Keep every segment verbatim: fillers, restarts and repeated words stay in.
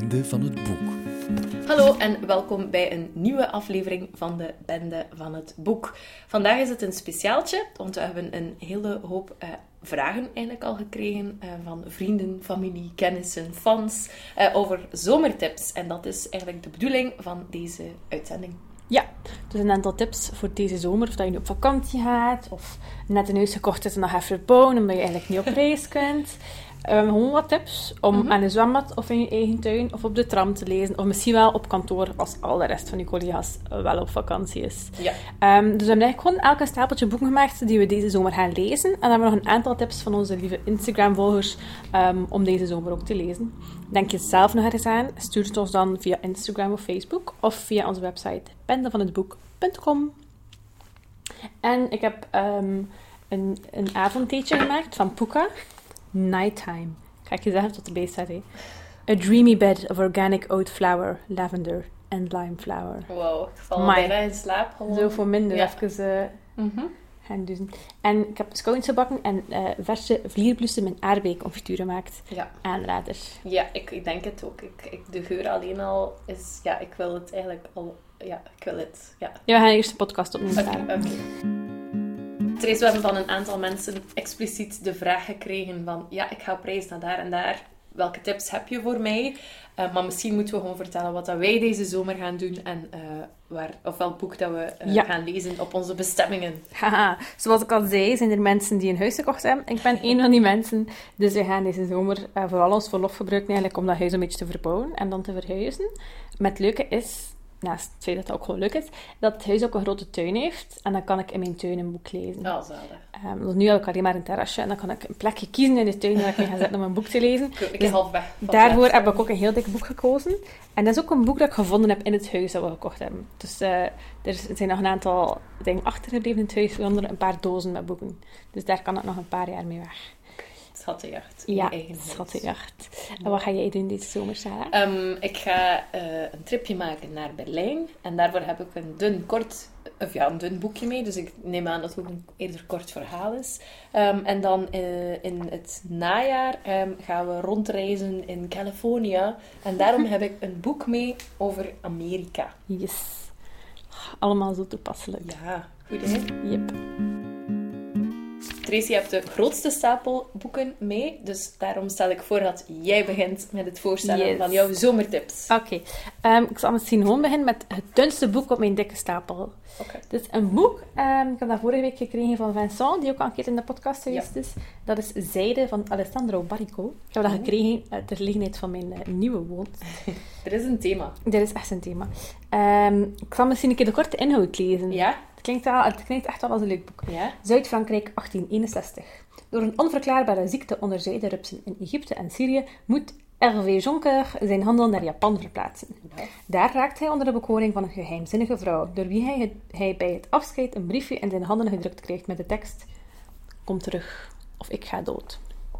Bende van het Boek. Hallo en welkom bij een nieuwe aflevering van de Bende van het Boek. Vandaag is het een speciaaltje, want we hebben een hele hoop uh, vragen eigenlijk al gekregen uh, van vrienden, familie, kennissen, fans uh, over zomertips. En dat is eigenlijk de bedoeling van deze uitzending. Ja, dus een aantal tips voor deze zomer. Of dat je nu op vakantie gaat, of net een huis gekocht is en nog even verbouwen, omdat je eigenlijk niet op reis kunt. Um, gewoon wat tips om mm-hmm. aan de zwembad of in je eigen tuin of op de tram te lezen. Of misschien wel op kantoor als al de rest van je collega's wel op vakantie is. Ja. Um, dus we hebben eigenlijk gewoon elk een stapeltje boeken gemaakt die we deze zomer gaan lezen. En dan hebben we nog een aantal tips van onze lieve Instagram-volgers um, om deze zomer ook te lezen. Denk je zelf nog ergens aan? Stuur het ons dan via Instagram of Facebook of via onze website bende van het boek punt com. En ik heb um, een, een avondtheetje gemaakt van Puka. Nighttime. Ga ik je zeggen tot de base staat, hè. A dreamy bed of organic oat flower, lavender and lime flower. Wow, ik val bijna in slaap. Gewoon. Zo voor minder ja. even uh, mm-hmm. gaan doen. En ik heb scones gebakken en uh, verse vlierbloesem en aardbeiconfituur gemaakt. Ja. Aanrader. Ja, ik, ik denk het ook. Ik, ik, de geur alleen al is... Ja, ik wil het eigenlijk al... Ja, ik wil het. Ja, ja we gaan eerst de podcast opnemen. Oké, okay, oké. Okay. Therese, we hebben van een aantal mensen expliciet de vraag gekregen van ja, ik ga op reis naar daar en daar. Welke tips heb je voor mij? Uh, maar misschien moeten we gewoon vertellen wat dat wij deze zomer gaan doen en uh, waar, of welk boek dat we uh, ja. gaan lezen op onze bestemmingen. Haha, zoals ik al zei, zijn er mensen die een huis gekocht hebben. Ik ben een van die mensen, dus we gaan deze zomer uh, vooral ons verlof gebruiken eigenlijk om dat huis een beetje te verbouwen en dan te verhuizen. Maar het leuke is... naast het feit dat het ook gewoon leuk is, dat het huis ook een grote tuin heeft. En dan kan ik in mijn tuin een boek lezen. Oh, zalig. Um, dus nu heb ik alleen maar een terrasje. En dan kan ik een plekje kiezen in de tuin waar ik mee ga zitten om een boek te lezen. Ik dus half weg. Daarvoor heb ik ook een heel dik boek gekozen. En dat is ook een boek dat ik gevonden heb in het huis dat we gekocht hebben. Dus uh, er zijn nog een aantal dingen achtergebleven in het huis, waaronder een paar dozen met boeken. Dus daar kan ik nog een paar jaar mee weg. Schattenjacht. Ja, schattenjacht. En wat ga jij doen deze zomer, Sarah? Um, ik ga uh, een tripje maken naar Berlijn. En daarvoor heb ik een dun, kort... Of ja, een dun boekje mee. Dus ik neem aan dat het ook een eerder kort verhaal is. Um, en dan uh, in het najaar um, gaan we rondreizen in Californië. En daarom heb ik een boek mee over Amerika. Yes. Allemaal zo toepasselijk. Ja, goed hè? Yep. Tracy, je hebt de grootste stapel boeken mee, dus daarom stel ik voor dat jij begint met het voorstellen yes. van jouw zomertips. Oké, okay. um, ik zal misschien gewoon beginnen met het dunste boek op mijn dikke stapel. Okay. Dit is een boek, um, ik heb dat vorige week gekregen van Vincent, die ook al een keer in de podcast geweest ja. is. Dat is Zijde van Alessandro Barrico. Ik heb dat oh. gekregen uh, ter gelegenheid van mijn uh, nieuwe woonst. Er is een thema. Er is echt een thema. Um, ik zal misschien een keer de korte inhoud lezen. Ja? Het klinkt, wel, het klinkt echt wel als een leuk boek. Ja? Zuid-Frankrijk, achttien eenenzestig. Door een onverklaarbare ziekte onder zijderupsen in Egypte en Syrië moet Hervé Jonker zijn handel naar Japan verplaatsen. Ja. Daar raakt hij onder de bekoring van een geheimzinnige vrouw, door wie hij, het, hij bij het afscheid een briefje in zijn handen gedrukt krijgt met de tekst: kom terug, of ik ga dood.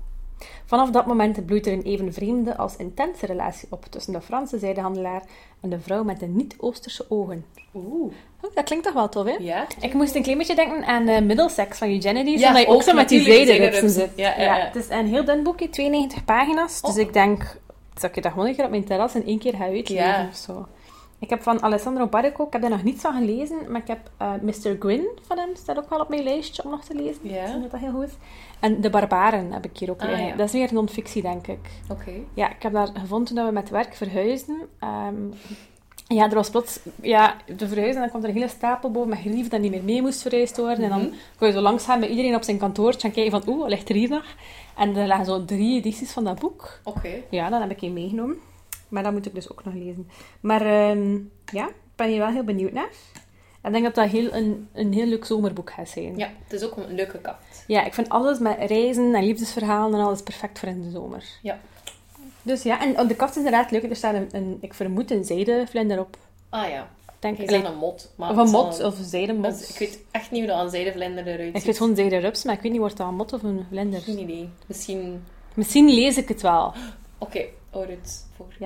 Vanaf dat moment bloeit er een even vreemde als intense relatie op tussen de Franse zijdehandelaar en de vrouw met de niet-Oosterse ogen. Oeh. Oh, dat klinkt toch wel tof, hè? Ja. Ik moest een klein beetje denken aan uh, Middlesex van Eugenides, ja, omdat je ook, ook zo met die zijderupsen zit. Ja, ja, ja. Ja, het is een heel dun boekje, tweeënnegentig pagina's. Dus oh. ik denk dat ik dat gewoon een keer op mijn terras in één keer ga uitlezen ja. of zo. Ik heb van Alessandro Barrico, ik heb daar nog niets van gelezen, maar ik heb uh, mister Gwyn van hem, staat ook wel op mijn lijstje om nog te lezen. Ja. Ik denk dat dat heel goed is. En De Barbaren heb ik hier ook liggen. Ah, ja. Dat is meer non-fictie, denk ik. Oké. Okay. Ja, ik heb daar gevonden toen we met werk verhuisden. Um, ja, er was plots... Ja, de verhuizen, en dan komt er een hele stapel boven met geliefd dat niet meer mee moest verhuisd worden. Mm-hmm. En dan kon je zo langs gaan bij iedereen op zijn kantoortje en kijken van, oeh, wat ligt er hier nog? En er lagen zo drie edities van dat boek. Oké. Okay. Ja, dan heb ik één meegenomen. Maar dat moet ik dus ook nog lezen. Maar um, ja, ik ben hier wel heel benieuwd naar. Ik denk dat dat heel, een, een heel leuk zomerboek gaat zijn. Ja, het is ook een leuke kaft. Ja, ik vind alles met reizen en liefdesverhalen en alles perfect voor in de zomer. Ja. Dus ja, en de kaft is inderdaad leuk. Er staat een, een ik vermoed een zijdevlinder op. Ah ja. Denk ik zeg een mot. Maar of een mot, een, of zijdemot. Ik weet echt niet hoe dat een zijdevlinder eruit ziet. Ik weet gewoon zijderups, maar ik weet niet, wordt dat een mot of een vlinder? Geen idee. Misschien... Misschien lees ik het wel. Oké, okay. houd het voor. Ja.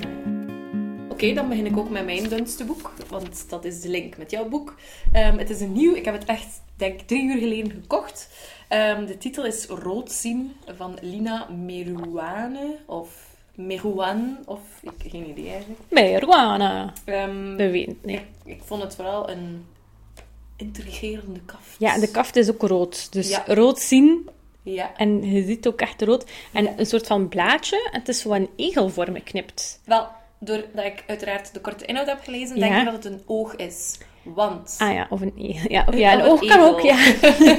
Oké, okay, dan begin ik ook met mijn dunste boek, want dat is de link met jouw boek. Um, het is een nieuw, ik heb het echt, denk drie uur geleden gekocht. Um, de titel is Rood Zien van Lina Merouane, of Merouane, of ik geen idee eigenlijk. Marijuana. Um, We weten het niet. ik, ik vond het vooral een intrigerende kaft. Ja, de kaft is ook rood. Dus Ja. rood zien. Ja. En je ziet ook echt rood. En Ja. een soort van blaadje. En het is zo een egelvorm geknipt. Wel, doordat ik uiteraard de korte inhoud heb gelezen, Ja. denk ik dat het een oog is. Want... Ah ja, of een egel. Ja, of ja, een Of een oog kan egel. ook, ja.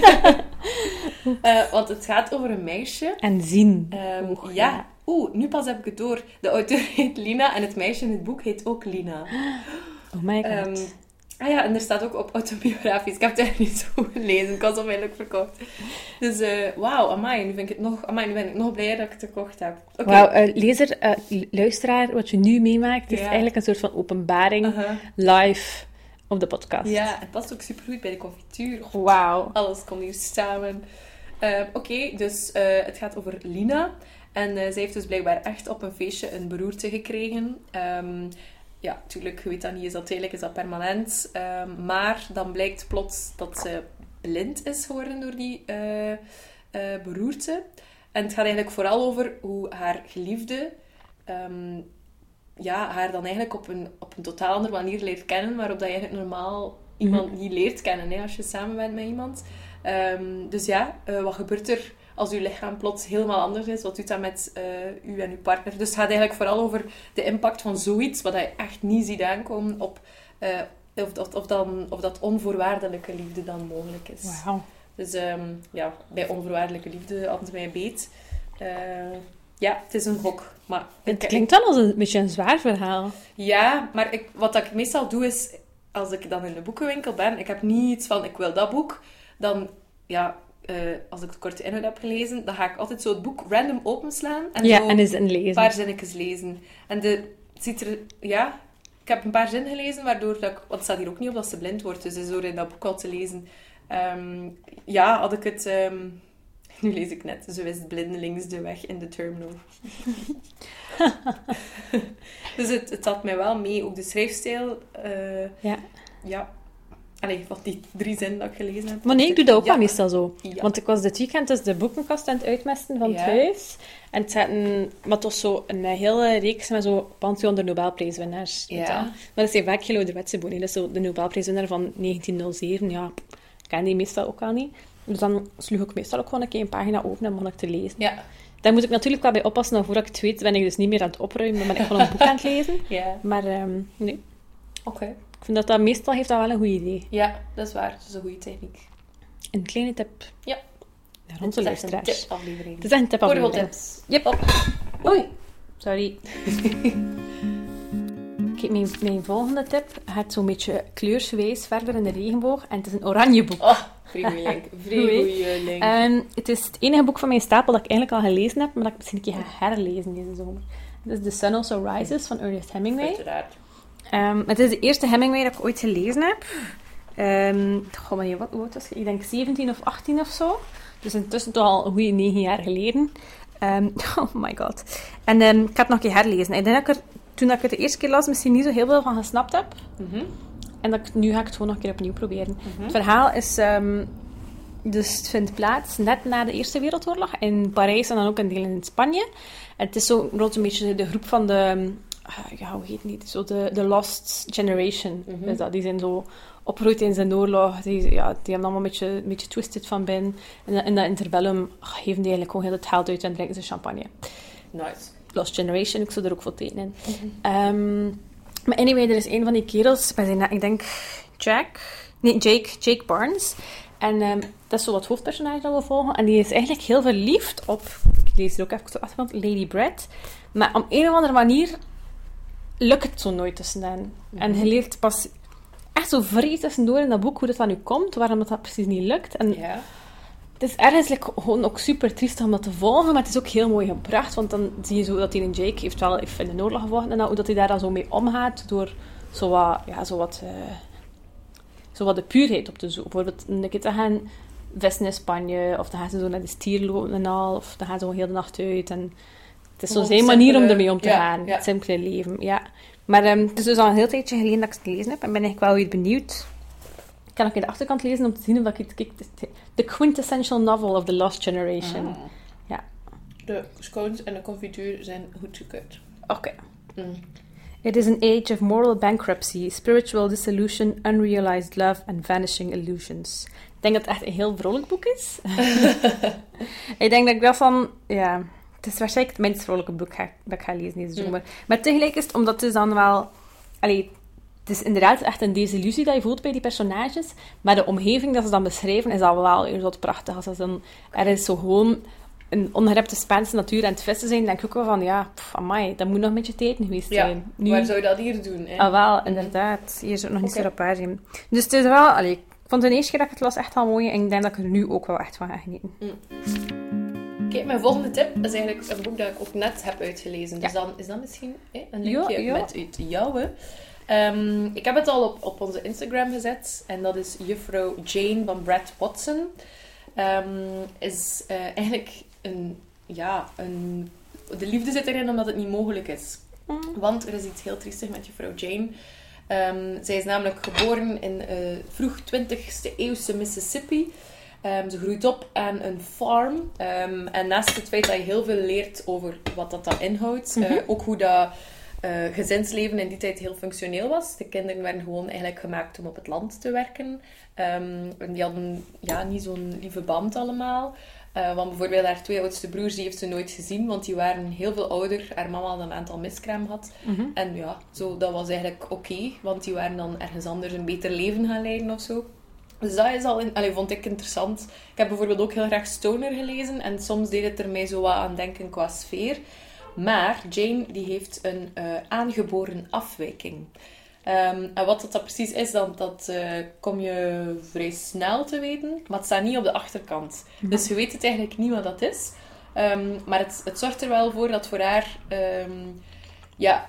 Uh, want het gaat over een meisje. En zien. Um, Oog, ja. ja. Oeh, nu pas heb ik het door. De auteur heet Lina en het meisje in het boek heet ook Lina. Oh my god. Um, ah ja, en er staat ook op autobiografisch. Ik heb het eigenlijk niet zo gelezen. Ik was onmiddellijk verkocht. Dus uh, wauw, amai, nu, vind ik het nog, amai, nu ben ik nog blijer dat ik het gekocht heb. Okay. Wauw, uh, lezer, uh, luisteraar, wat je nu meemaakt, is Ja. eigenlijk een soort van openbaring Uh-huh. live op de podcast. Ja, het past ook supergoed bij de confituur. Wauw. Alles komt hier samen. Uh, Oké, okay, dus uh, het gaat over Lina. En uh, zij heeft dus blijkbaar echt op een feestje een beroerte gekregen. Um, ja, natuurlijk, je weet dat niet, is dat tijdelijk, is dat permanent. Um, maar dan blijkt plots dat ze blind is geworden door die uh, uh, beroerte. En het gaat eigenlijk vooral over hoe haar geliefde... Um, ja, haar dan eigenlijk op een, op een totaal andere manier leert kennen, waarop dat je eigenlijk normaal iemand Mm-hmm. niet leert kennen, hè, als je samen bent met iemand. Um, dus ja, uh, wat gebeurt er als je lichaam plots helemaal anders is? Wat doet dat met uh, u en uw partner? Dus het gaat eigenlijk vooral over de impact van zoiets, wat je echt niet ziet aankomen op uh, of, of, of, dan, of dat onvoorwaardelijke liefde dan mogelijk is. Wauw. Dus um, ja, bij onvoorwaardelijke liefde hadden ze mij beet. Uh, ja, het is een gok. Maar Het ik- klinkt wel als een beetje een zwaar verhaal. Ja, maar ik, wat ik meestal doe is, als ik dan in de boekenwinkel ben, ik heb niet iets van, ik wil dat boek, dan, ja, uh, als ik de korte inhoud heb gelezen, dan ga ik altijd zo het boek random openslaan en Ja, zo en eens een een lezen. paar zinnetjes lezen. En de, het ziet er, ja, ik heb een paar zinnen gelezen, waardoor dat ik, want het staat hier ook niet op dat ze blind wordt, dus het is door in dat boek al te lezen. Um, ja, had ik het... Um, nu lees ik net. Ze wist blindelings de weg in de terminal. Dus het, het had mij wel mee. Ook de schrijfstijl. Uh, Ja. Ja. Allee, van die drie zinnen dat ik gelezen heb. Maar nee, ik doe dat ook Ja. wel meestal zo. Ja. Want ik was dit weekend dus de boekenkast aan het uitmesten van het Ja. huis. En het zaten, maar toch zo een hele reeks met zo Pantheon de Nobelprijswinnaars. Ja. weet je wel. Maar dat zijn vaak geen ouderwetse boeken. Dat is zo de Nobelprijswinnaar van negentien oh zeven. Ja, ik ken die meestal ook al niet. Dus dan sloeg ik meestal ook gewoon een keer een pagina open en begon ik te lezen. Ja. Daar moet ik natuurlijk wel bij oppassen, dan voordat ik het weet ben ik dus niet meer aan het opruimen, maar ben ik gewoon een boek aan het lezen. Ja. Maar um, nee, Oké. ik vind dat dat meestal heeft dat wel een goed idee. Ja, dat is waar. Dat is een goede techniek. Een kleine tip Ja. naar Het onze is echt een luisteraars. tipaflevering. Het is echt een tip Korreltips. Yep. Oei, sorry. Oké, mijn, mijn volgende tip gaat zo'n beetje kleurswijs verder in de regenboog. En het is een oranje boek. Oh, vrij goeie link. Vrij Goed, hè? goeie link. Um, het is het enige boek van mijn stapel dat ik eigenlijk al gelezen heb, maar dat ik misschien een keer ga herlezen deze zomer. Het is The Sun Also Rises van Ernest Hemingway. Uiteraard. Um, het is de eerste Hemingway dat ik ooit gelezen heb. Um, goh, wanneer, wat, wat was ik? Ik denk zeventien of achttien of zo. Dus intussen toch al een goede negen jaar geleden. Um, oh my god. En um, ik heb het nog een keer herlezen. Ik denk dat ik er, toen ik het de eerste keer las, misschien niet zo heel veel van gesnapt heb. Mm-hmm. En dat ik, nu ga ik het gewoon nog een keer opnieuw proberen. Mm-hmm. Het verhaal is... Um, dus het vindt plaats net na de Eerste Wereldoorlog. In Parijs en dan ook een deel in Spanje. En het is zo rond een beetje de groep van de... Uh, ja, hoe heet het niet? Zo de, de Lost Generation. Mm-hmm. Dus dat, die zijn zo opgegroeid in zijn oorlog. Die, ja, die hebben allemaal een beetje, een beetje twisted van binnen. En in dat interbellum oh, geven die eigenlijk gewoon heel het geld uit en drinken ze champagne. Nice. Lost Generation, ik zou er ook voor tekenen in. Mm-hmm. Um, maar anyway, er is een van die kerels, bij zijn, ik denk Jack, nee, Jake, Jake Barnes. En um, dat is zo wat hoofdpersonage dat we volgen. En die is eigenlijk heel verliefd op, ik lees er ook even op de achtergrond, Lady Brett. Maar op een of andere manier lukt het zo nooit tussen hen. Mm-hmm. En je leert pas echt zo vrij tussendoor in dat boek hoe dat dan nu komt, waarom dat, dat precies niet lukt. En Ja. het is ergens like, gewoon ook super triestig om dat te volgen, maar het is ook heel mooi gebracht, want dan zie je zo dat hij in Jake heeft wel even in de oorlog gevochten en hoe dat hij daar dan zo mee omgaat, door zo wat, ja, zo wat, uh, zo wat de puurheid op te zoeken. Bijvoorbeeld een keer te gaan vissen in Spanje, of dan gaan ze zo naar de stier lopen en al, of dan gaan ze gewoon heel de nacht uit. En het is zo zijn manier om ermee om te ja, gaan, ja. het simpele leven, ja. Maar um, het is dus al een heel tijdje geleden dat ik het gelezen heb, en ben ik wel weer benieuwd. Ik kan ook in de achterkant lezen om te zien of ik het... Kijk, the quintessential novel of the Lost Generation. Ah. Ja. De scones en de confituur zijn goedgekeurd. Oké. Okay. Mm. It is an age of moral bankruptcy, spiritual dissolution, unrealized love and vanishing illusions. Ik denk dat het echt een heel vrolijk boek is. Ik denk dat ik wel van... Ja, het is waarschijnlijk het minst vrolijke boek ga, dat ik ga lezen deze zomer. Mm. Maar tegelijk is het, omdat het is dan wel... Allee, het is inderdaad echt een desillusie dat je voelt bij die personages. Maar de omgeving dat ze dan beschrijven, is al wel eerst wat prachtig. Als dan, er is zo gewoon... een ongerepte Spaanse natuur aan het vissen zijn, denk ik ook wel van, ja, pff, amai, dat moet nog een beetje tijd geweest zijn. Ja, nu... waar zou je dat hier doen? Hè? Ah, wel, inderdaad. Hier is het nog niet okay. zo rapage in. Dus het is wel, allee, ik vond het de eerste keer dat ik het las echt wel mooi en ik denk dat ik er nu ook wel echt van ga genieten. Mm. Oké, okay, mijn volgende tip is eigenlijk een boek dat ik ook net heb uitgelezen. Dus ja. dan is dat misschien hè, een linkje ja, ja. met uit jouwe. Um, ik heb het al op, op onze Instagram gezet en dat is Juffrouw Jane van Brad Watson. Um, is uh, eigenlijk een, ja, een... De liefde zit erin omdat het niet mogelijk is. Mm. Want er is iets heel triestig met Juffrouw Jane. Um, zij is namelijk geboren in uh, vroeg twintigste eeuwse Mississippi. Um, ze groeit op aan een farm. Um, en naast het feit dat je heel veel leert over wat dat dan inhoudt, mm-hmm. uh, ook hoe dat uh, gezinsleven in die tijd heel functioneel was. De kinderen werden gewoon eigenlijk gemaakt om op het land te werken. Um, en die hadden ja, niet zo'n lieve band allemaal. Uh, want bijvoorbeeld haar twee oudste broers, die heeft ze nooit gezien, want die waren heel veel ouder. Haar mama had een aantal miskraam gehad. Mm-hmm. En ja, zo, dat was eigenlijk oké, okay, want die waren dan ergens anders een beter leven gaan leiden of zo. Dus dat is al in, allee, vond ik interessant. Ik heb bijvoorbeeld ook heel graag Stoner gelezen en soms deed het er mij zo wat aan denken qua sfeer. Maar Jane, die heeft een uh, aangeboren afwijking. Um, en wat dat, dat precies is, dan, dat uh, kom je vrij snel te weten. Maar het staat niet op de achterkant. Mm-hmm. Dus je weet het eigenlijk niet wat dat is. Um, maar het, het zorgt er wel voor dat voor haar... Um, ja,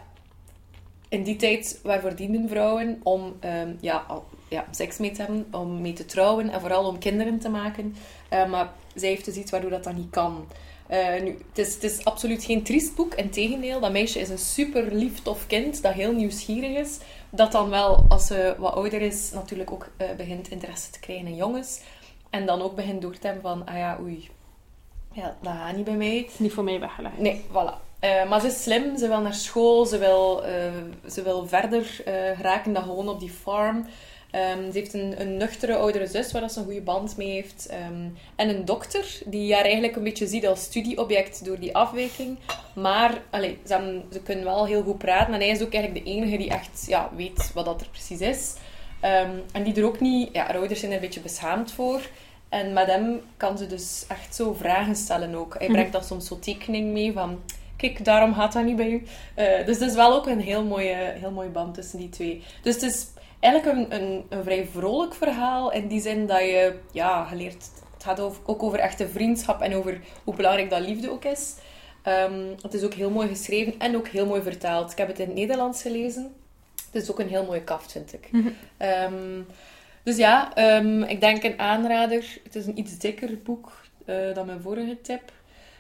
in die tijd waarvoor dienden vrouwen om um, ja, al, ja, seks mee te hebben, om mee te trouwen en vooral om kinderen te maken. Uh, maar zij heeft dus iets waardoor dat dan niet kan. Uh, nu, het, is, het is absoluut geen triest boek. Integendeel, dat meisje is een super lief, tof kind dat heel nieuwsgierig is. Dat dan wel, als ze wat ouder is, natuurlijk ook uh, begint interesse te krijgen in jongens. En dan ook begint door te hebben van, ah ja, oei, ja, dat gaat niet bij mij. Niet voor mij weggelegd. Nee, voilà. Uh, maar ze is slim, ze wil naar school, ze wil, uh, ze wil verder uh, geraken dan gewoon op die farm. Um, ze heeft een, een nuchtere oudere zus waar ze een goede band mee heeft. Um, en een dokter die haar eigenlijk een beetje ziet als studieobject door die afwijking. Maar allee, ze, hebben, ze kunnen wel heel goed praten. En hij is ook eigenlijk de enige die echt ja, weet wat dat er precies is. Um, en die er ook niet... Ja, haar ouders zijn er een beetje beschaamd voor. En met hem kan ze dus echt zo vragen stellen ook. Hij brengt dan soms zo tekening mee van... Kijk, daarom gaat dat niet bij u. Uh, dus het is wel ook een heel mooie, heel mooie band tussen die twee. Dus het is... Eigenlijk een, een, een vrij vrolijk verhaal, in die zin dat je, ja, geleerd, het gaat over, ook over echte vriendschap en over hoe belangrijk dat liefde ook is. Um, het is ook heel mooi geschreven en ook heel mooi vertaald. Ik heb het in het Nederlands gelezen. Het is ook een heel mooie kaft, vind ik. Mm-hmm. Um, dus ja, um, ik denk een aanrader. Het is een iets dikker boek uh, dan mijn vorige tip.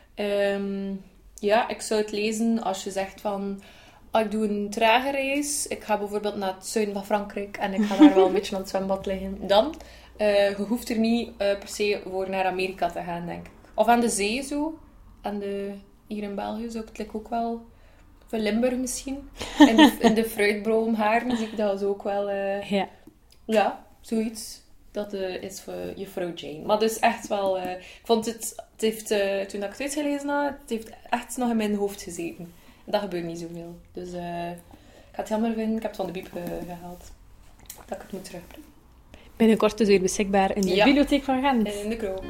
Um, ja, ik zou het lezen als je zegt van... Ik doe een trage reis. Ik ga bijvoorbeeld naar het zuiden van Frankrijk en ik ga daar wel een beetje aan het zwembad liggen. Dan, uh, je hoeft er niet uh, per se voor naar Amerika te gaan, denk ik. Of aan de zee zo. Aan de, hier in België zou ik het ook wel... Of in Limburg misschien. In de, in de fruitboomhaarden zie ik dat zo ook wel... Uh, ja. Ja, zoiets. Dat uh, is voor Juffrouw Jane. Maar dus echt wel... Uh, ik vond het... het heeft, uh, toen ik het uitgelezen had, het heeft echt nog in mijn hoofd gezeten. Dat gebeurt niet zoveel. Dus uh, ik ga het jammer vinden. Ik heb het van de bieb uh, gehaald. Dat ik het moet terugbrengen. Binnenkort dus weer beschikbaar in de ja. bibliotheek van Gent. En in de Krook.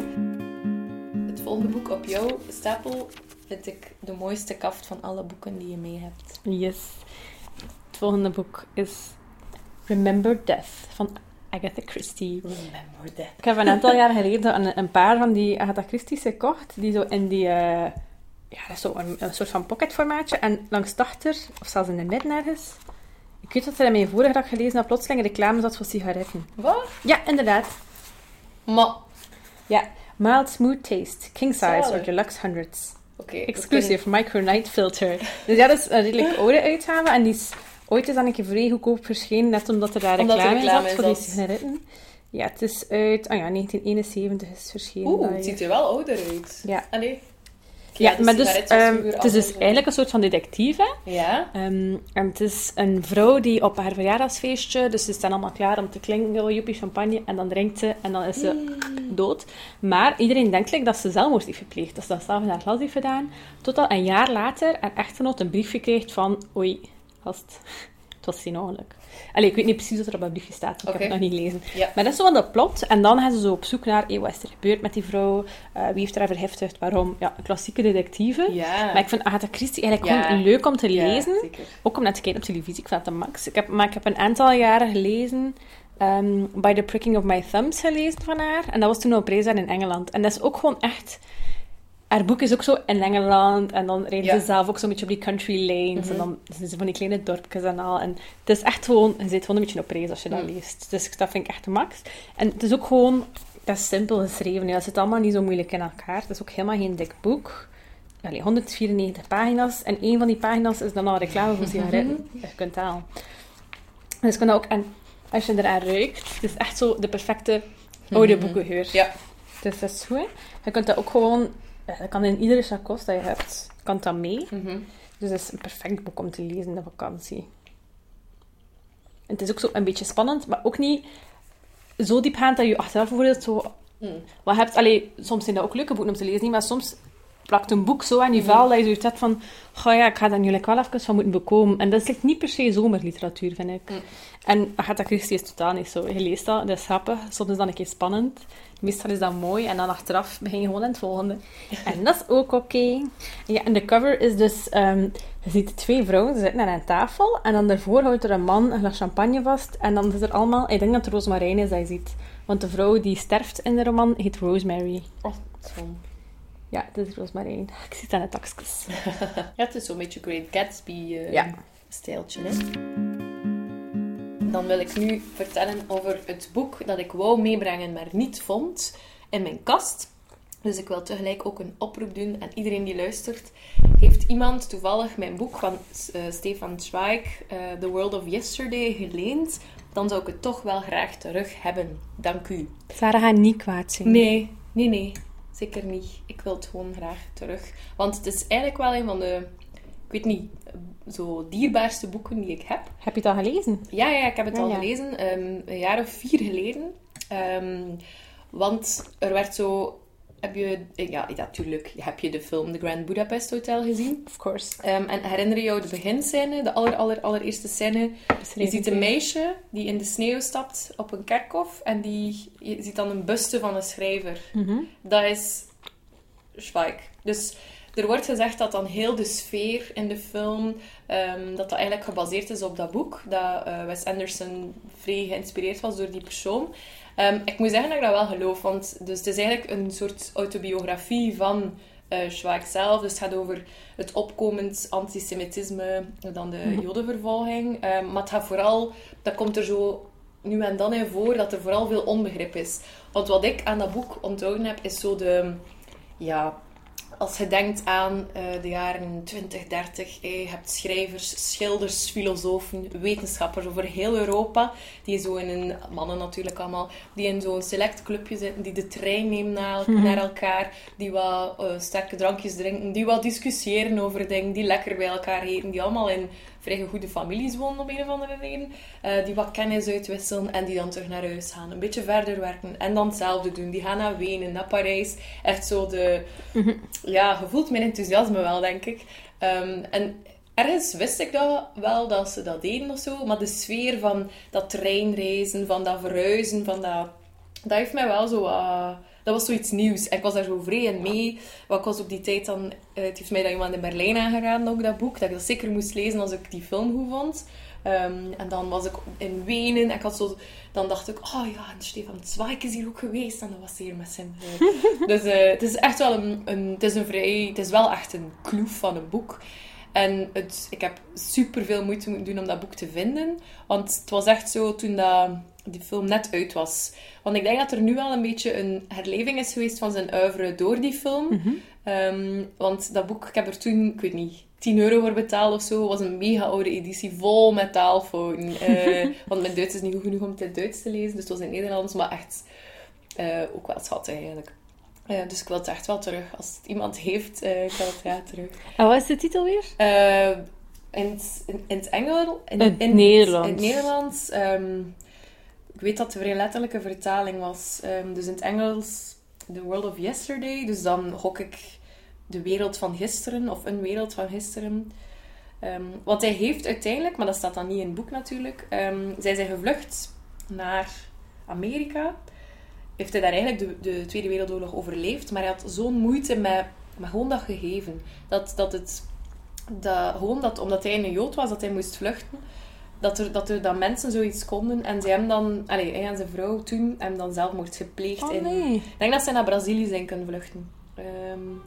Het volgende boek op jouw stapel vind ik de mooiste kaft van alle boeken die je mee hebt. Yes. Het volgende boek is Remember Death van Agatha Christie. Remember Death. Ik heb een aantal jaar geleden een, een paar van die Agatha Christie's gekocht. Die zo in die... Uh, Ja, dat is zo een, een soort van pocketformaatje. En langs de achter, of zelfs in de midden ergens... Ik weet dat er in mijn vorige dag gelezen had plotseling een reclame zat voor sigaretten. Wat? Ja, inderdaad. Maar... Ja. Mild Smooth Taste. King Size or Deluxe Hundreds. Oké. Okay, Exclusive kunnen... Micro Night Filter. Dus ja, dat is een redelijk oude uitgave. En die is ooit is dan een keer vrij goedkoop verschenen. Net omdat er daar reclame, reclame in zat voor die sigaretten. Ja, het is uit... Oh ja, negentien eenenzeventig is het verschenen. Oeh, het ziet er wel ouder uit. Ja. Allee. Ja, de maar dus, sigaret was um, vroeger het is dus allemaal zo. eigenlijk een soort van detectief, hè? Ja. Um, en het is een vrouw die op haar verjaardagsfeestje, dus ze staan allemaal klaar om te klinken, joepie, champagne, en dan drinkt ze en dan is ze Mm. dood. Maar iedereen denkt like, dat ze zelfmoord heeft gepleegd, dat ze dat zelf in haar glas heeft gedaan. Totdat een jaar later haar echtgenoot een briefje kreeg van, oei, gast, het was geen ongeluk. Allee, ik weet niet precies wat er op dat briefje staat, want Oké. ik heb het nog niet gelezen. Ja. Maar dat is zo wel de plot. En dan gaan ze zo op zoek naar, hey, wat is er gebeurd met die vrouw? Uh, wie heeft haar vergiftigd? Waarom? Ja, klassieke detectieve. Ja. Maar ik vind Agatha Christie eigenlijk Ja. gewoon leuk om te Ja, lezen. zeker. Ook om naar te kijken op televisie. Ik vind het de max. Ik heb, maar ik heb een aantal jaren geleden um, By the Pricking of My Thumbs gelezen van haar. En dat was toen op reis in Engeland. En dat is ook gewoon echt... Haar boek is ook zo in Engeland. En dan rijden Ja. ze zelf ook zo'n beetje op die country lanes. Mm-hmm. En dan zijn ze van die kleine dorpjes en al. En het is echt gewoon... Je zit gewoon een beetje op reis als je dat Mm. leest. Dus dat vind ik echt de max. En het is ook gewoon... Dat is simpel geschreven. Ja. Dat zit allemaal niet zo moeilijk in elkaar. Het is ook helemaal geen dik boek. Allee, honderdvierennegentig pagina's. En één van die pagina's is dan al reclame voor sigaretten. Je kunt het al. Dus ik kan dat ook... En als je eraan ruikt... Het is echt zo de perfecte oude boekengeur. Ja. Dus dat is goed. Je kunt dat ook gewoon... Ja, dat kan in iedere chacos dat je hebt. Kan dat mee. Mm-hmm. Dus dat is een perfect boek om te lezen in de vakantie. En het is ook zo een beetje spannend, maar ook niet zo diepgaand dat je achteraf bijvoorbeeld zo... Mm. Wat hebt, allee, soms zijn dat ook leuke boeken om te lezen, niet, maar soms plakt een boek zo aan je vel dat je zoiets hebt van... Goh ja, ik ga daar nu like wel even van moeten bekomen. En dat is like, niet per se zomerliteratuur, vind ik. Mm. En Agatha Christie is totaal niet zo. Je leest dat, dat is grappig. Soms is dat een keer spannend. Meestal is dat mooi. En dan achteraf begin je gewoon aan het volgende. En dat is ook oké. Okay. Ja, en de cover is dus... Um, je ziet twee vrouwen, ze zitten aan een tafel. En dan daarvoor houdt er een man een glas champagne vast. En dan is er allemaal... Ik denk dat het rozemarijn is dat je ziet. Want de vrouw die sterft in de roman heet Rosemary. Oh, zo. Ja, het is rozemarijn. Ik zit aan de takjes. Ja, het is zo'n beetje Great Gatsby-stijltje, Ja. hè. Dan wil ik nu vertellen over het boek dat ik wou meebrengen, maar niet vond in mijn kast. Dus ik wil tegelijk ook een oproep doen aan iedereen die luistert. Heeft iemand toevallig mijn boek van uh, Stefan Zweig, uh, The World of Yesterday, geleend? Dan zou ik het toch wel graag terug hebben. Dank u. Sarah gaat niet kwaad zijn. Nee, nee, nee. Zeker niet. Ik wil het gewoon graag terug. Want het is eigenlijk wel een van de, ik weet niet, zo dierbaarste boeken die ik heb. Heb je het al gelezen? Ja, ja, ik heb het Ja, al ja. gelezen. Um, een jaar of vier geleden. Um, want er werd zo... Heb je... Ja, natuurlijk. Heb je de film The Grand Budapest Hotel gezien? Of course. Um, en herinner je jou de beginscène? De aller, aller, allereerste scène? Je ziet een meisje die in de sneeuw stapt op een kerkhof. En die, je ziet dan een buste van een schrijver. Mm-hmm. Dat is Zweig. Dus er wordt gezegd dat dan heel de sfeer in de film, um, dat dat eigenlijk gebaseerd is op dat boek. Dat uh, Wes Anderson vrij geïnspireerd was door die persoon. Um, ik moet zeggen dat ik dat wel geloof, want dus het is eigenlijk een soort autobiografie van uh, Zweig zelf. Dus het gaat over het opkomend antisemitisme, dan de Mm-hmm. jodenvervolging. Um, maar het gaat vooral, dat komt er zo nu en dan in voor, dat er vooral veel onbegrip is. Want wat ik aan dat boek onthouden heb, is zo de... Ja, als je denkt aan uh, de jaren twintig, dertig, eh, je hebt schrijvers, schilders, filosofen, wetenschappers over heel Europa, die zo in een, mannen natuurlijk allemaal, die in zo'n select clubje zitten, die de trein nemen naar, Mhm. naar elkaar, die wat uh, sterke drankjes drinken, die wat discussiëren over dingen, die lekker bij elkaar eten, die allemaal in vrij goede families wonen op een of andere reden, uh, die wat kennis uitwisselen en die dan terug naar huis gaan, een beetje verder werken en dan hetzelfde doen. Die gaan naar Wenen, naar Parijs, echt zo de... Mm-hmm. Ja, je voelt mijn enthousiasme wel, denk ik. Um, en ergens wist ik dat wel, dat ze dat deden of zo. Maar de sfeer van dat treinreizen, van dat verhuizen, van dat... Dat heeft mij wel zo... Uh, dat was zoiets nieuws. En ik was daar zo vrij in mee. Want ik was op die tijd dan... Uh, het heeft mij dan iemand in Berlijn aangeraden, ook dat boek. Dat ik dat zeker moest lezen als ik die film goed vond. Um, en dan was ik in Wenen. En ik had zo... Dan dacht ik, oh ja, en Stefan Zweig is hier ook geweest. En dat was hier met zijn... Uh, dus uh, het is echt wel een, een... Het is een vrij... Het is wel echt een kloef van een boek. En het, ik heb superveel moeite moeten doen om dat boek te vinden. Want het was echt zo toen dat, die film net uit was. Want ik denk dat er nu wel een beetje een herleving is geweest van zijn oeuvre door die film. Mm-hmm. Um, want dat boek, ik heb er toen, ik weet niet, tien euro voor betaald of zo. Was een mega oude editie, vol met taalfouten. Uh, want mijn Duits is niet goed genoeg om het in het Duits te lezen. Dus het was in het Nederlands, maar echt uh, ook wel schattig eigenlijk. Uh, dus ik wil het echt wel terug. Als het iemand heeft, uh, ik wil het graag terug. En wat is de titel weer? Uh, in, het, in, in het Engels... In, in, in, Nederlands. In het Nederlands. Um, ik weet dat het een vrij letterlijke vertaling was. Um, dus in het Engels... The World of Yesterday. Dus dan gok ik de wereld van gisteren. Of een wereld van gisteren. Um, wat hij heeft uiteindelijk... Maar dat staat dan niet in het boek natuurlijk. Um, zij zijn gevlucht naar Amerika... heeft hij daar eigenlijk de, de Tweede Wereldoorlog overleefd. Maar hij had zo'n moeite met, met gewoon dat gegeven. Dat, dat het... Dat, gewoon dat, omdat hij een Jood was, dat hij moest vluchten. Dat er, dat er dan mensen zoiets konden. En zij hem dan... Allez, hij en zijn vrouw toen hem dan zelfmoord gepleegd. Oh, in, nee. Ik denk dat zij naar Brazilië zijn kunnen vluchten. Um,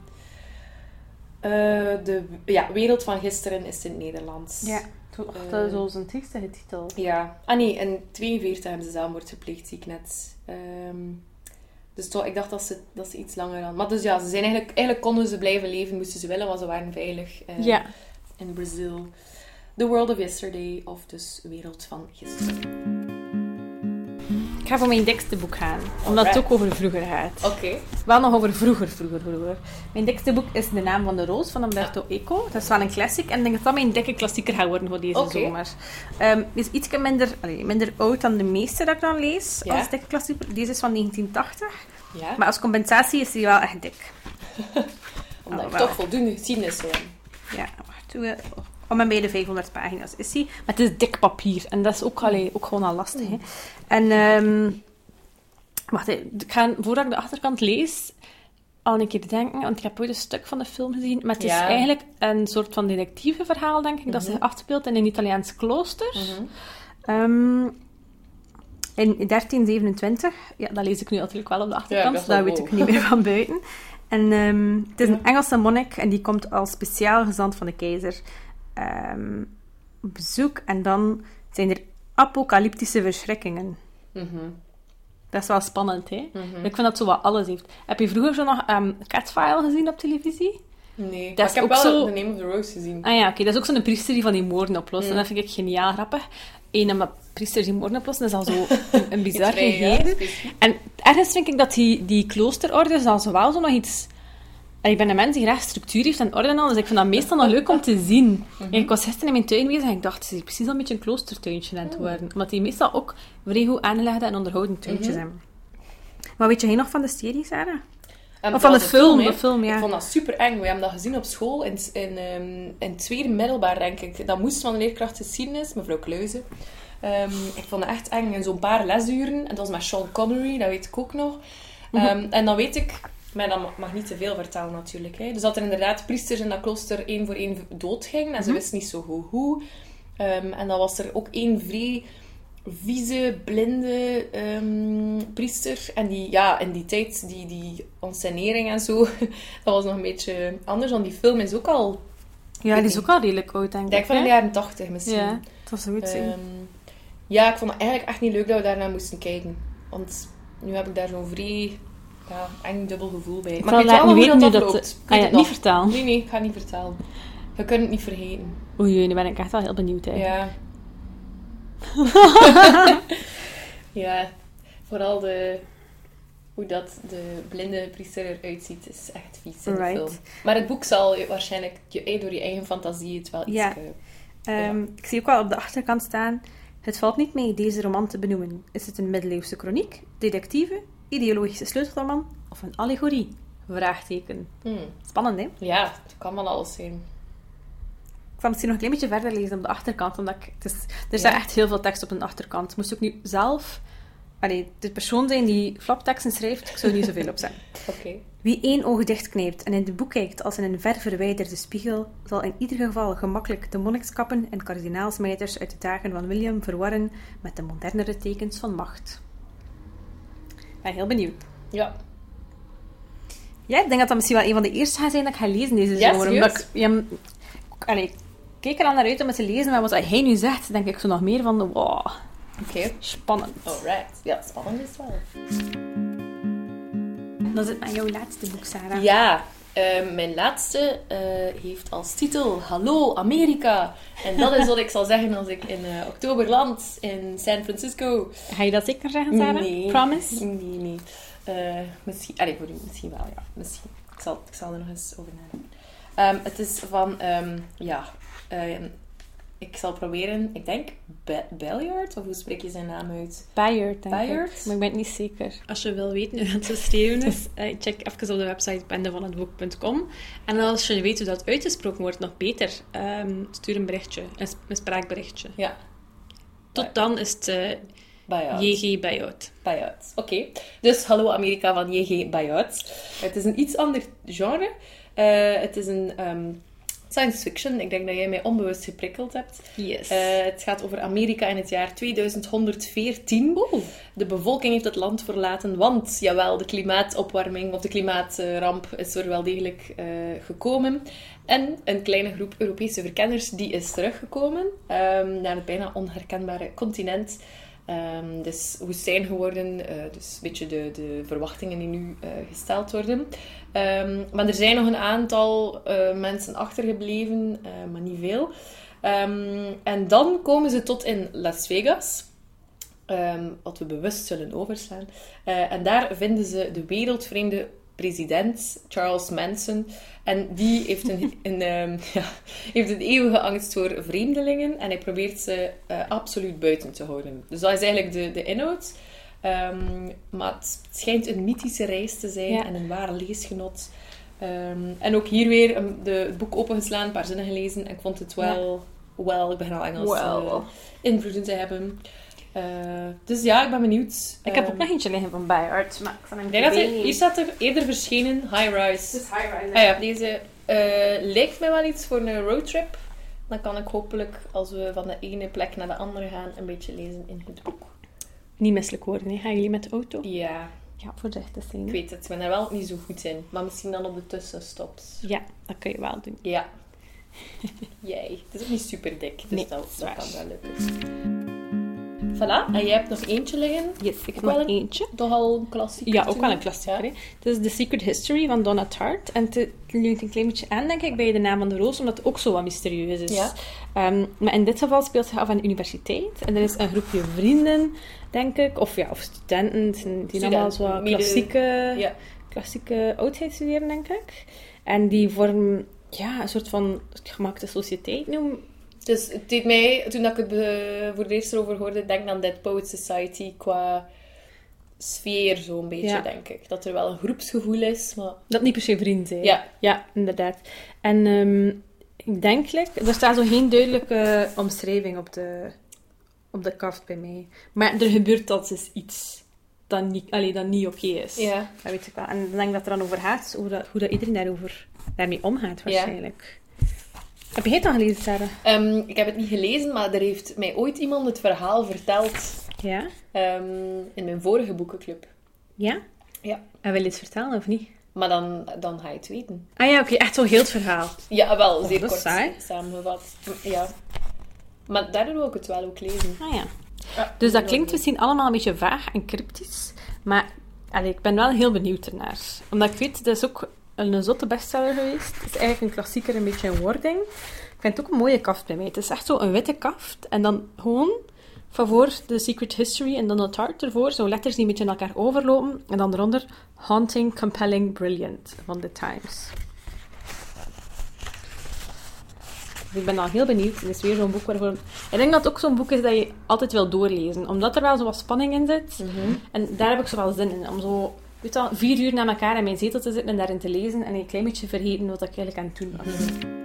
uh, de ja, Wereld van Gisteren is in het Nederlands. Ja. Dat is uh, zo'n triestige titel. Ja. Ah nee, in tweeënveertig hebben ze zelfmoord gepleegd, zie ik net. Um, dus toch, ik dacht dat ze, dat ze iets langer hadden. Maar dus ja, ze zijn eigenlijk, eigenlijk konden ze blijven leven, moesten ze willen, want ze waren veilig uh, ja. in Brazil. The World of Yesterday, of dus Wereld van Gisteren. Ik ga voor mijn dikste boek gaan, omdat Alright. het ook over vroeger gaat. Oké. Okay. Wel nog over vroeger, vroeger, vroeger. Mijn dikste boek is De Naam van de Roos van Umberto ja. Eco. Dat is wel een classic en ik denk dat dat mijn dikke klassieker gaat worden voor deze okay. zomer. Um, die is iets minder, allez, minder oud dan de meeste dat ik dan lees ja. als dikke klassieker. Deze is van negentien tachtig. Ja. Maar als compensatie is die wel echt dik. Omdat ik toch voldoende geschiedenis heb. Ja, wacht. Doe Om en bij de vijfhonderd pagina's is die. Maar het is dik papier. En dat is ook, allee, ook gewoon al lastig. Hè. En... Um, wacht, ik ga, voordat ik de achterkant lees... al een keer denken... Want ik heb ooit een stuk van de film gezien. Maar het is ja. eigenlijk een soort van detectiveverhaal, denk ik. Mm-hmm. Dat zich afspeelt in een Italiaans klooster. Mm-hmm. Um, in dertien zevenentwintig. Ja, dat lees ik nu natuurlijk wel op de achterkant. Ja, dat dat weet ik niet meer van buiten. En um, het is ja. een Engelse monnik. En die komt als speciaal gezant van de keizer... Um, op bezoek en dan zijn er apocalyptische verschrikkingen. Mm-hmm. Dat is wel spannend, hè? Mm-hmm. Ik vind dat zo wat alles heeft. Heb je vroeger zo nog um, Catfile gezien op televisie? Nee, dat is ik heb wel zo... The Name of the Rose gezien. Ah ja, oké. Okay. Dat is ook zo'n priester die van die moorden oplost. Mm. En dat vind ik geniaal grappig. Eén, maar priesters die moorden oplossen, dat is al zo een, een bizar gegeven. Ja, en ergens vind ik dat die, die kloosterorde zelfs wel zo nog iets... Ik ben een mens die graag structuur heeft en orde en al, dus ik vind dat meestal nog leuk om te zien. Mm-hmm. Ik was gisteren in mijn tuin bezig en ik dacht, het is precies al een beetje een kloostertuintje aan het worden. Mm. Omdat die meestal ook vrij goed aangelegde en onderhouden tuintjes mm-hmm. hebben. Maar weet jij nog van de serie, Sarah? Um, of van de film, film, de film, ja. Ik vond dat super eng. We hebben dat gezien op school, in, in, um, in het tweede middelbaar, denk ik. Dat moest van de leerkracht geschiedenis, mevrouw Kluizen. Um, ik vond het echt eng in zo'n paar lesuren. En dat was met Sean Connery, dat weet ik ook nog. Um, mm-hmm. En dan weet ik... Maar dat mag niet te veel vertellen natuurlijk. Hè. Dus dat er inderdaad priesters in dat klooster één voor één doodgingen. En mm-hmm. ze wisten niet zo goed hoe. Um, en dan was er ook één vrij vieze, blinde um, priester. En die, ja, in die tijd, die, die onscenering en zo, dat was nog een beetje anders. Want die film is ook al... Ja, die is ook al redelijk oud, denk ik. Denk van in de jaren tachtig misschien. Ja, dat was zoiets. Um, ja, ik vond het eigenlijk echt niet leuk dat we daarnaar moesten kijken. Want nu heb ik daar zo'n vrij... Ja, eng dubbel gevoel bij. Ik maar ik weet wel hoe dat, dat loopt. Ah, ja, niet vertellen. Nee, nee, ik ga het niet vertellen. Je kunt het niet vergeten. Oei, nu ben ik echt wel heel benieuwd. Hè. Ja. Ja, vooral de... Hoe dat de blinde priester eruit ziet, is echt vies in right. de film. Maar het boek zal je waarschijnlijk je, door je eigen fantasie het wel iets... Ja. Uh, um, ja. Ik zie ook wel op de achterkant staan... Het valt niet mee deze roman te benoemen. Is het een middeleeuwse kroniek, detectieve... ideologische sleutelroman of een allegorie? Vraagteken. Hmm. Spannend, hè? Ja, het kan wel alles zijn. Ik zal misschien nog een klein beetje verder lezen op de achterkant, omdat ik, het is, er staat ja. echt heel veel tekst op de achterkant. Moest ik nu zelf... Allee, de persoon zijn die flapteksten schrijft, ik zou er niet zoveel op zijn. Okay. Wie één oog dichtknijpt en in het boek kijkt als in een ver verwijderde spiegel, zal in ieder geval gemakkelijk de monnikskappen en kardinaalsmijders uit de dagen van William verwarren met de modernere tekens van macht. Ik ben heel benieuwd. Ja. Ja, ik denk dat dat misschien wel een van de eerste gaat zijn dat ik ga lezen deze ja, zomer. Omdat ik, ja, allee, ik keek er al naar uit om het te lezen, maar wat hij nu zegt, denk ik zo nog meer van, wow, oké, okay. Spannend. Alright. Ja, spannend is het wel. Dan zit aan jouw laatste boek, Sarah. Ja, uh, mijn laatste uh, heeft als titel Hallo Amerika. En dat is wat ik zal zeggen als ik in uh, oktober land in San Francisco. Ga je dat zeker zeggen, Sarah? Nee. Promise? Nee, nee. Uh, misschien... Allee, voor u misschien wel, ja. Misschien. Ik zal, ik zal er nog eens over nadenken. Um, het is van... Um, ja... Um, ik zal proberen... Ik denk... Be- Bayard? Of hoe spreek je zijn naam uit? Bayard, denk Bayard? ik. Maar ik ben het niet zeker. Als je wil weten hoe het geschreven is, check even op de website bendevanhetboek punt com. En als je weet hoe dat uitgesproken wordt, nog beter. Um, stuur een berichtje. Een, een spraakberichtje. Ja. Tot dan is het... Uh, Bayard. J G. Bayard. Bayard. Oké. Okay. Dus Hallo Amerika van J G. Bayard. Het is een iets ander genre. Uh, het is een um, science fiction. Ik denk dat jij mij onbewust geprikkeld hebt. Yes. Uh, het gaat over Amerika in het jaar tweeduizend honderdveertien. Oeh. De bevolking heeft het land verlaten, want, jawel, de klimaatopwarming of de klimaatramp is er wel degelijk uh, gekomen. En een kleine groep Europese verkenners die is teruggekomen um, naar het bijna onherkenbare continent. Um, dus woestijn geworden, uh, dus een beetje de, de verwachtingen die nu uh, gesteld worden. Um, maar er zijn nog een aantal uh, mensen achtergebleven, uh, maar niet veel. Um, en dan komen ze tot in Las Vegas, um, wat we bewust zullen overslaan. Uh, en daar vinden ze de wereldvreemde president, Charles Manson. En die heeft een, een, um, ja, heeft een eeuwige angst voor vreemdelingen. En hij probeert ze uh, absoluut buiten te houden. Dus dat is eigenlijk de, de inhoud. Um, maar het schijnt een mythische reis te zijn. Ja. En een ware leesgenot. Um, en ook hier weer um, de, het boek opengeslaan, een paar zinnen gelezen. En ik vond het wel... Ja. Wel, ik begin al Engels well. uh, invloeden te hebben. Uh, dus ja, ik ben benieuwd. Ik heb um, ook nog eentje liggen van Bayard, maar ik van hem dat er, hier staat er eerder verschenen, High Rise. Dus High Rise. Ah, ja, deze uh, lijkt mij wel iets voor een roadtrip. Dan kan ik hopelijk, als we van de ene plek naar de andere gaan, een beetje lezen in het boek. Niet misselijk worden, hè? Gaan jullie met de auto? Ja. Ja, voorzichtig zijn. Ik weet het, ik ben er wel niet zo goed in. Maar misschien dan op de tussenstops. Ja, dat kun je wel doen. Ja. Jij. Het is ook niet super dik, dus nee, dat, dat kan wel lukken. Voilà, en jij hebt nog eentje liggen. Yes, ik heb nog een, eentje. Toch al een klassieker. Ja, ook wel een klassieker. Ja. Het is The Secret History van Donna Tartt. En het leunt een klein beetje aan, denk ik, bij De Naam van de Roos, omdat het ook zo wat mysterieus is. Ja. Um, maar in dit geval speelt zich af aan de universiteit. En er is een groepje vrienden, denk ik, of, ja, of studenten, die Student, allemaal zo wat klassieke, ja. klassieke oudheid studeren, denk ik. En die vormen ja, een soort van gemaakte sociëteit noemen. Dus het deed mij, toen ik het uh, voor het eerst erover hoorde, denk aan Dead Poets Society qua sfeer zo'n beetje, ja. denk ik. Dat er wel een groepsgevoel is, maar... Dat niet per se vrienden zijn. Ja. Ja, inderdaad. En um, ik denk, er staat zo geen duidelijke omschrijving op de, op de kaft bij mij. Maar er gebeurt altijd iets dat niet, allee, dat niet oké is. Ja. Dat weet ik wel. En dan denk ik dat het er dan over gaat, hoe dat, hoe dat iedereen daarover, daarmee omgaat, waarschijnlijk. Ja. Heb je het al gelezen, Sarah? Um, ik heb het niet gelezen, maar er heeft mij ooit iemand het verhaal verteld. Ja? Um, in mijn vorige boekenclub. Ja? Ja. En wil je het vertellen, of niet? Maar dan, dan ga je het weten. Ah ja, oké. Okay. Echt zo heel het verhaal. Ja, wel. Oh, zeer kort saai. samengevat. Ja. Maar daardoor wil ik het wel ook lezen. Ah ja. ja dus dat klinkt misschien allemaal een beetje vaag en cryptisch. Maar allee, ik ben wel heel benieuwd ernaar. Omdat ik weet, dat is ook... een zotte bestseller geweest. Het is eigenlijk een klassieker, een beetje een wording. Ik vind het ook een mooie kaft bij mij. Het is echt zo een witte kaft. En dan gewoon van voor The Secret History en dan Donna Tartt ervoor. Zo letters die een beetje in elkaar overlopen. En dan eronder Haunting, Compelling, Brilliant van The Times. Dus ik ben al heel benieuwd. Het is weer zo'n boek waarvoor... Ik denk dat het ook zo'n boek is dat je altijd wil doorlezen. Omdat er wel zo wat spanning in zit. Mm-hmm. En daar heb ik zo wel zin in. Om zo... Weet je, vier uur na elkaar in mijn zetel te zitten en daarin te lezen en een klein beetje vergeten wat ik eigenlijk aan het doen was.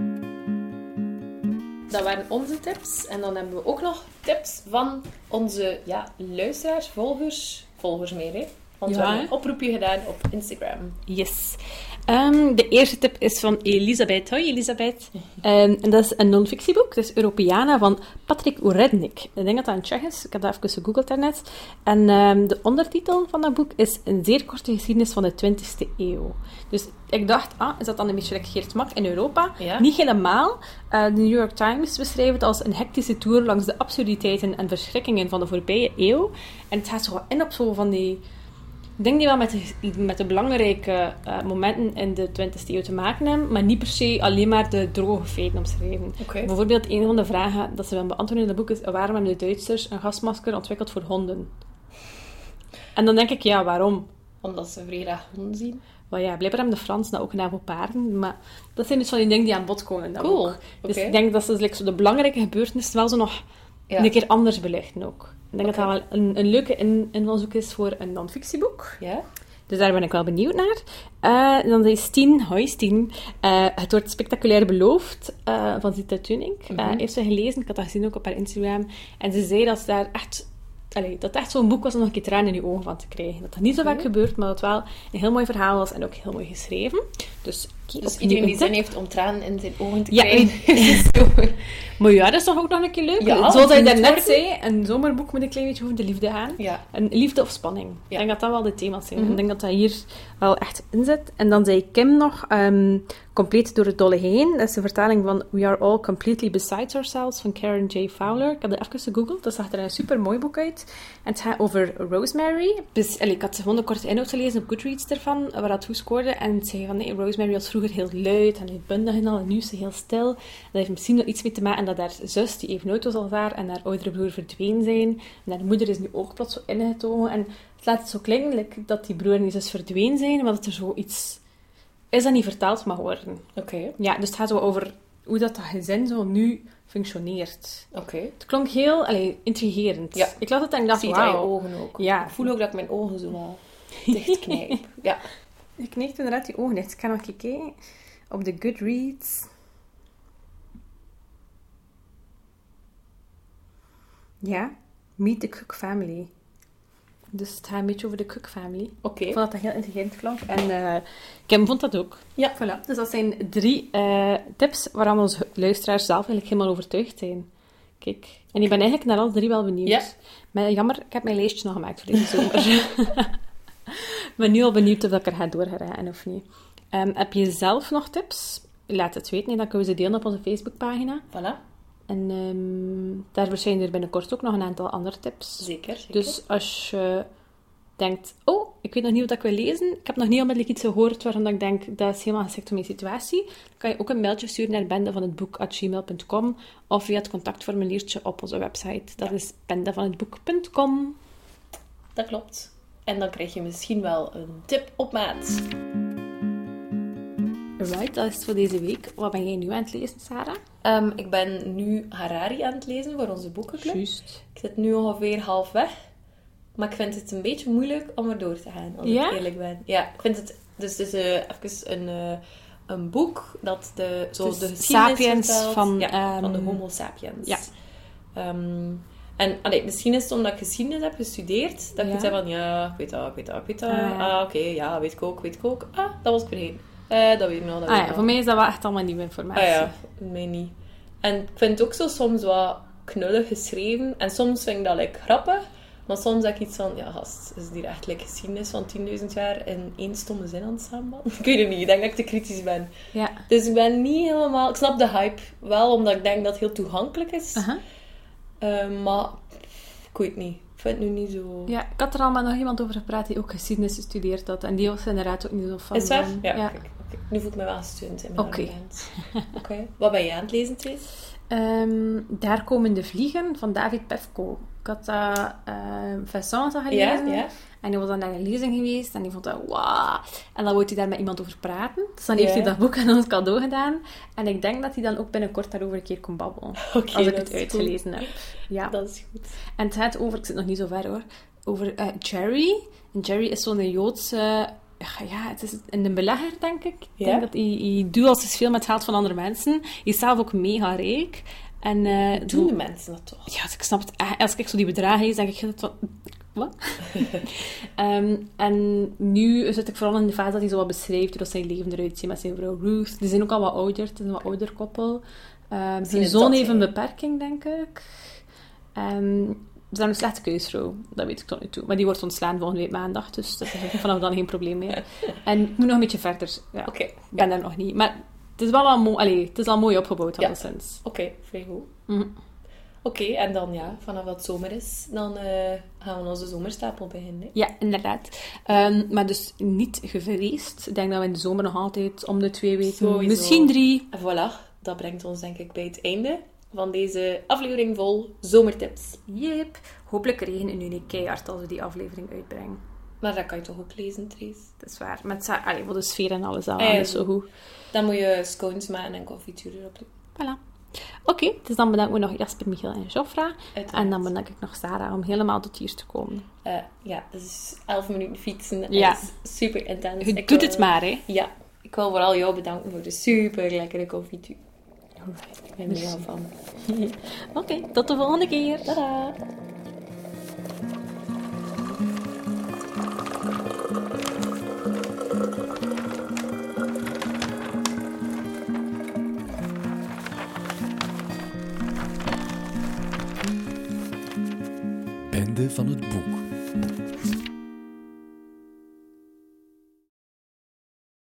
Dat waren onze tips. En dan hebben we ook nog tips van onze ja, luisteraars, volgers. Volgers meer, hè? Want ja, we hebben een oproepje gedaan op Instagram. Yes. Um, de eerste tip is van Elisabeth. Hoi, Elisabeth. Um, en dat is een non-fictieboek. Dat is Europeana van Patrick Urednik. Ik denk dat dat een Tsjech is. Ik heb dat even gegoogeld daarnet. En um, de ondertitel van dat boek is Een zeer korte geschiedenis van de twintigste eeuw. Dus ik dacht, ah, is dat dan een beetje like Geert Mak in Europa? Ja. Niet helemaal. Uh, de New York Times beschrijft het als een hectische tour langs de absurditeiten en verschrikkingen van de voorbije eeuw. En het gaat zo in op zo van die... Ik denk die wel met de, met de belangrijke uh, momenten in de twintigste eeuw te maken hebben, maar niet per se alleen maar de droge feiten omschrijven. Okay. Bijvoorbeeld, een van de vragen dat ze willen beantwoorden in het boek is: waarom hebben de Duitsers een gasmasker ontwikkeld voor honden? En dan denk ik, ja, waarom? omdat ze vrij graag honden zien. Wel ja, blijkbaar hebben de Fransen dat ook gedaan voor paarden. Maar dat zijn dus van die dingen die aan bod komen in dat Cool. boek. Dus Okay. ik denk dat ze like, zo de belangrijke gebeurtenissen wel zo nog Ja. een keer anders belichten ook. Ik denk Okay. dat dat wel een, een leuke in, invalshoek is voor een non-fictieboek. Ja? Dus daar ben ik wel benieuwd naar. Uh, dan is Stien, hoi Stien. Uh, het wordt spectaculair beloofd uh, van Zita Tuning. Uh, Mhm. heeft ze gelezen, ik had dat gezien ook op haar Instagram. En ze zei dat ze daar echt... Allee, dat het echt zo'n boek was om nog een keer tranen in je ogen van te krijgen. Dat dat niet zo vaak Mhm. gebeurt, maar dat het wel een heel mooi verhaal was en ook heel mooi geschreven. Dus, okay, Dus opnieuw iedereen die een zin tip. heeft om tranen in zijn ogen te Ja, krijgen, is het zo. Maar ja, dat is toch ook nog een keer leuk? Ja, Zoals je moet daarnet worden. zei, een zomerboek moet een klein beetje over de liefde gaan. Ja. Een liefde of spanning. Ik Ja. denk dat dat wel de thema's zijn. Mhm. Ik denk dat dat hier wel echt in zit. En dan zei Kim nog, um, compleet door het dolle heen. Dat is de vertaling van We Are All Completely Besides Ourselves van Karen J. Fowler. Ik heb dat even gegoogeld. Dat zag er een super mooi boek uit. En het gaat over Rosemary. Dus, allee, ik had gewoon een korte inhoud gelezen op Goodreads ervan, waar dat goed scoorde. En het zei van, nee, Rosemary was vroeger heel luid en uitbundig en al. En nu is ze heel stil. Dat heeft misschien wel iets mee te maken dat haar zus, die even oud was als haar, en haar oudere broer verdwenen zijn. En haar moeder is nu ook plots zo ingetogen. En het laat het zo klinken like, dat die broer en die zus verdwenen zijn, maar dat er zoiets is dat niet vertaald mag worden. Oké. Okay. Ja, dus het gaat zo over hoe dat, dat gezin zo nu functioneert. Oké. Okay. Het klonk heel allee, intrigerend. Ja. Ik las het en ik dacht, Zie het aan je wauw. ogen ook. Ja. Ik voel ook dat ik mijn ogen zo wel dichtknijp. Ja. Ik kneep inderdaad die ogen dicht. Ik ga nog een keer kijken op de Goodreads. Ja, Meet the Cook Family. Dus het gaat een beetje over de Cook Family. Oké. Okay. Ik vond dat dat heel intelligent klonk. En uh, Kim vond dat ook. Ja. Voilà. Dus dat zijn drie uh, tips waaraan onze luisteraars zelf eigenlijk helemaal overtuigd zijn. Kijk. En ik ben eigenlijk naar alle drie wel benieuwd. Ja. Maar jammer, ik heb mijn lijstje nog gemaakt voor deze zomer. Ik ben nu al benieuwd of ik er ga doorgeraken of niet. Um, heb je zelf nog tips? Laat het weten, dan kunnen we ze delen op onze Facebookpagina. Voilà. En um, daar verschijnen er binnenkort ook nog een aantal andere tips. Zeker, zeker. Dus als je denkt, oh, ik weet nog niet wat ik wil lezen, ik heb nog niet onmiddellijk iets gehoord waarvan ik denk, dat is helemaal geschikt voor mijn situatie, dan kan je ook een mailtje sturen naar bendevanhetboek at gmail punt com of via het contactformuliertje op onze website. Dat ja. is bendevanhetboek punt com. Dat klopt. En dan krijg je misschien wel een tip op maat. Right, dat is het voor deze week. Wat ben jij nu aan het lezen, Sarah? Um, ik ben nu Harari aan het lezen voor onze boekenclub. Juist. Ik zit nu ongeveer halfweg. Maar ik vind het een beetje moeilijk om er door te gaan, als ja? ik eerlijk ben. Ja, ik vind het... Dus het is uh, even een, uh, een boek dat de, zo dus de geschiedenis Sapiens vertelt. van... Ja, um... van de homo sapiens. Ja. Um, en allee, misschien is het omdat ik geschiedenis heb gestudeerd, dat ja. ik zei van, ja, ik weet dat, ik weet dat, ik weet dat. Ah, ja. ah oké, okay, ja, weet ik ook, weet ik ook. Ah, dat was ik vergeten. Uh, dat weet ik nog, dat ah, weet ik ja, nog. voor mij is dat wel echt allemaal nieuwe informatie. Ah ja, mij niet. En ik vind het ook zo soms wat knullig geschreven. En soms vind ik dat like, grappig. Maar soms heb ik iets van, ja gast, is hier echt like, geschiedenis van tienduizend jaar in één stomme zin aan het samenvatten? Ik weet het niet, ik denk dat ik te kritisch ben. Ja. Dus ik ben niet helemaal... Ik snap de hype wel, omdat ik denk dat het heel toegankelijk is. Uh-huh. Uh, maar, ik weet niet. Ik vind het nu niet zo... Ja, ik had er al maar nog iemand over gepraat die ook geschiedenis gestudeerd had. En die was inderdaad ook niet zo van... Is het waar? Um, Ja, ja. kijk. Okay. Nu voel ik me wel gesteund in mijn Oké. argument. Oké. Okay. Wat ben jij aan het lezen, Trace? Um, Daar komen de vliegen van David Pefko. Ik had dat uh, Vincent al gelezen. Ja, ja. En hij was dan naar een lezing geweest. En die vond dat wauw. En dan wou hij daar met iemand over praten. Dus dan heeft ja. hij dat boek aan ons cadeau gedaan. En ik denk dat hij dan ook binnenkort daarover een keer kon babbelen. Okay, als ik het uitgelezen heb. Ja. Dat is goed. En het gaat over... Ik zit nog niet zo ver hoor. Over uh, Jerry. En Jerry is zo'n Joodse... Ja, het is een belegger, denk ik. Ik ja? denk dat hij, hij doet als is veel met geld van andere mensen. Hij is zelf ook mega rijk. En, uh, doen doe... de mensen dat toch? Ja, ik snap het. Als ik zo die bedragen lees, denk ik dat wat... Wat? um, en nu zit ik vooral in de fase dat hij zo wat beschrijft hoe zijn leven eruit ziet met zijn vrouw Ruth. Die zijn ook al wat ouder. Het is een wat ouder koppel. Um, zijn zoon heeft een beperking, denk ik. Um, Ze zijn een slechte keusvrouw, dat weet ik tot nu toe. Maar die wordt ontslaan volgende week maandag, dus dat is vanaf dan geen probleem meer. En ik moet nog een beetje verder. Ja, okay, ik ben ja. daar nog niet. Maar het is wel al, mo- Allee, het is al mooi opgebouwd, ja. alleszins. Oké, okay, vrij goed. Mm-hmm. Oké, okay, en dan ja, vanaf dat het zomer is, dan uh, gaan we onze zomerstapel beginnen. Hè? Ja, inderdaad. Um, maar dus niet gevreesd. Ik denk dat we in de zomer nog altijd om de twee weken, Sowieso. misschien drie. En voilà, dat brengt ons denk ik bij het einde van deze aflevering vol zomertips. Yep. Hopelijk regenen nu niet keihard als we die aflevering uitbrengen. Maar dat kan je toch ook lezen, Trace? Dat is waar. Met za- Allee, voor de sfeer en alles aan, Ah, ja, is zo goed. Dan moet je scones maken en confituur erop doen. Voilà. Oké, okay, dus dan bedanken we nog Jasper, Michiel en Joffra. Uiteraard. En dan bedank ik nog Sarah om helemaal tot hier te komen. Uh, ja, dus elf minuten fietsen. Ja. Dat is super intens. Je Ik doet wil, het maar, hè. Ja. Ik wil vooral jou bedanken voor de super lekkere confituur. Ik ben er mega van. Oké, okay, tot de volgende keer. Tada! Einde van het boek.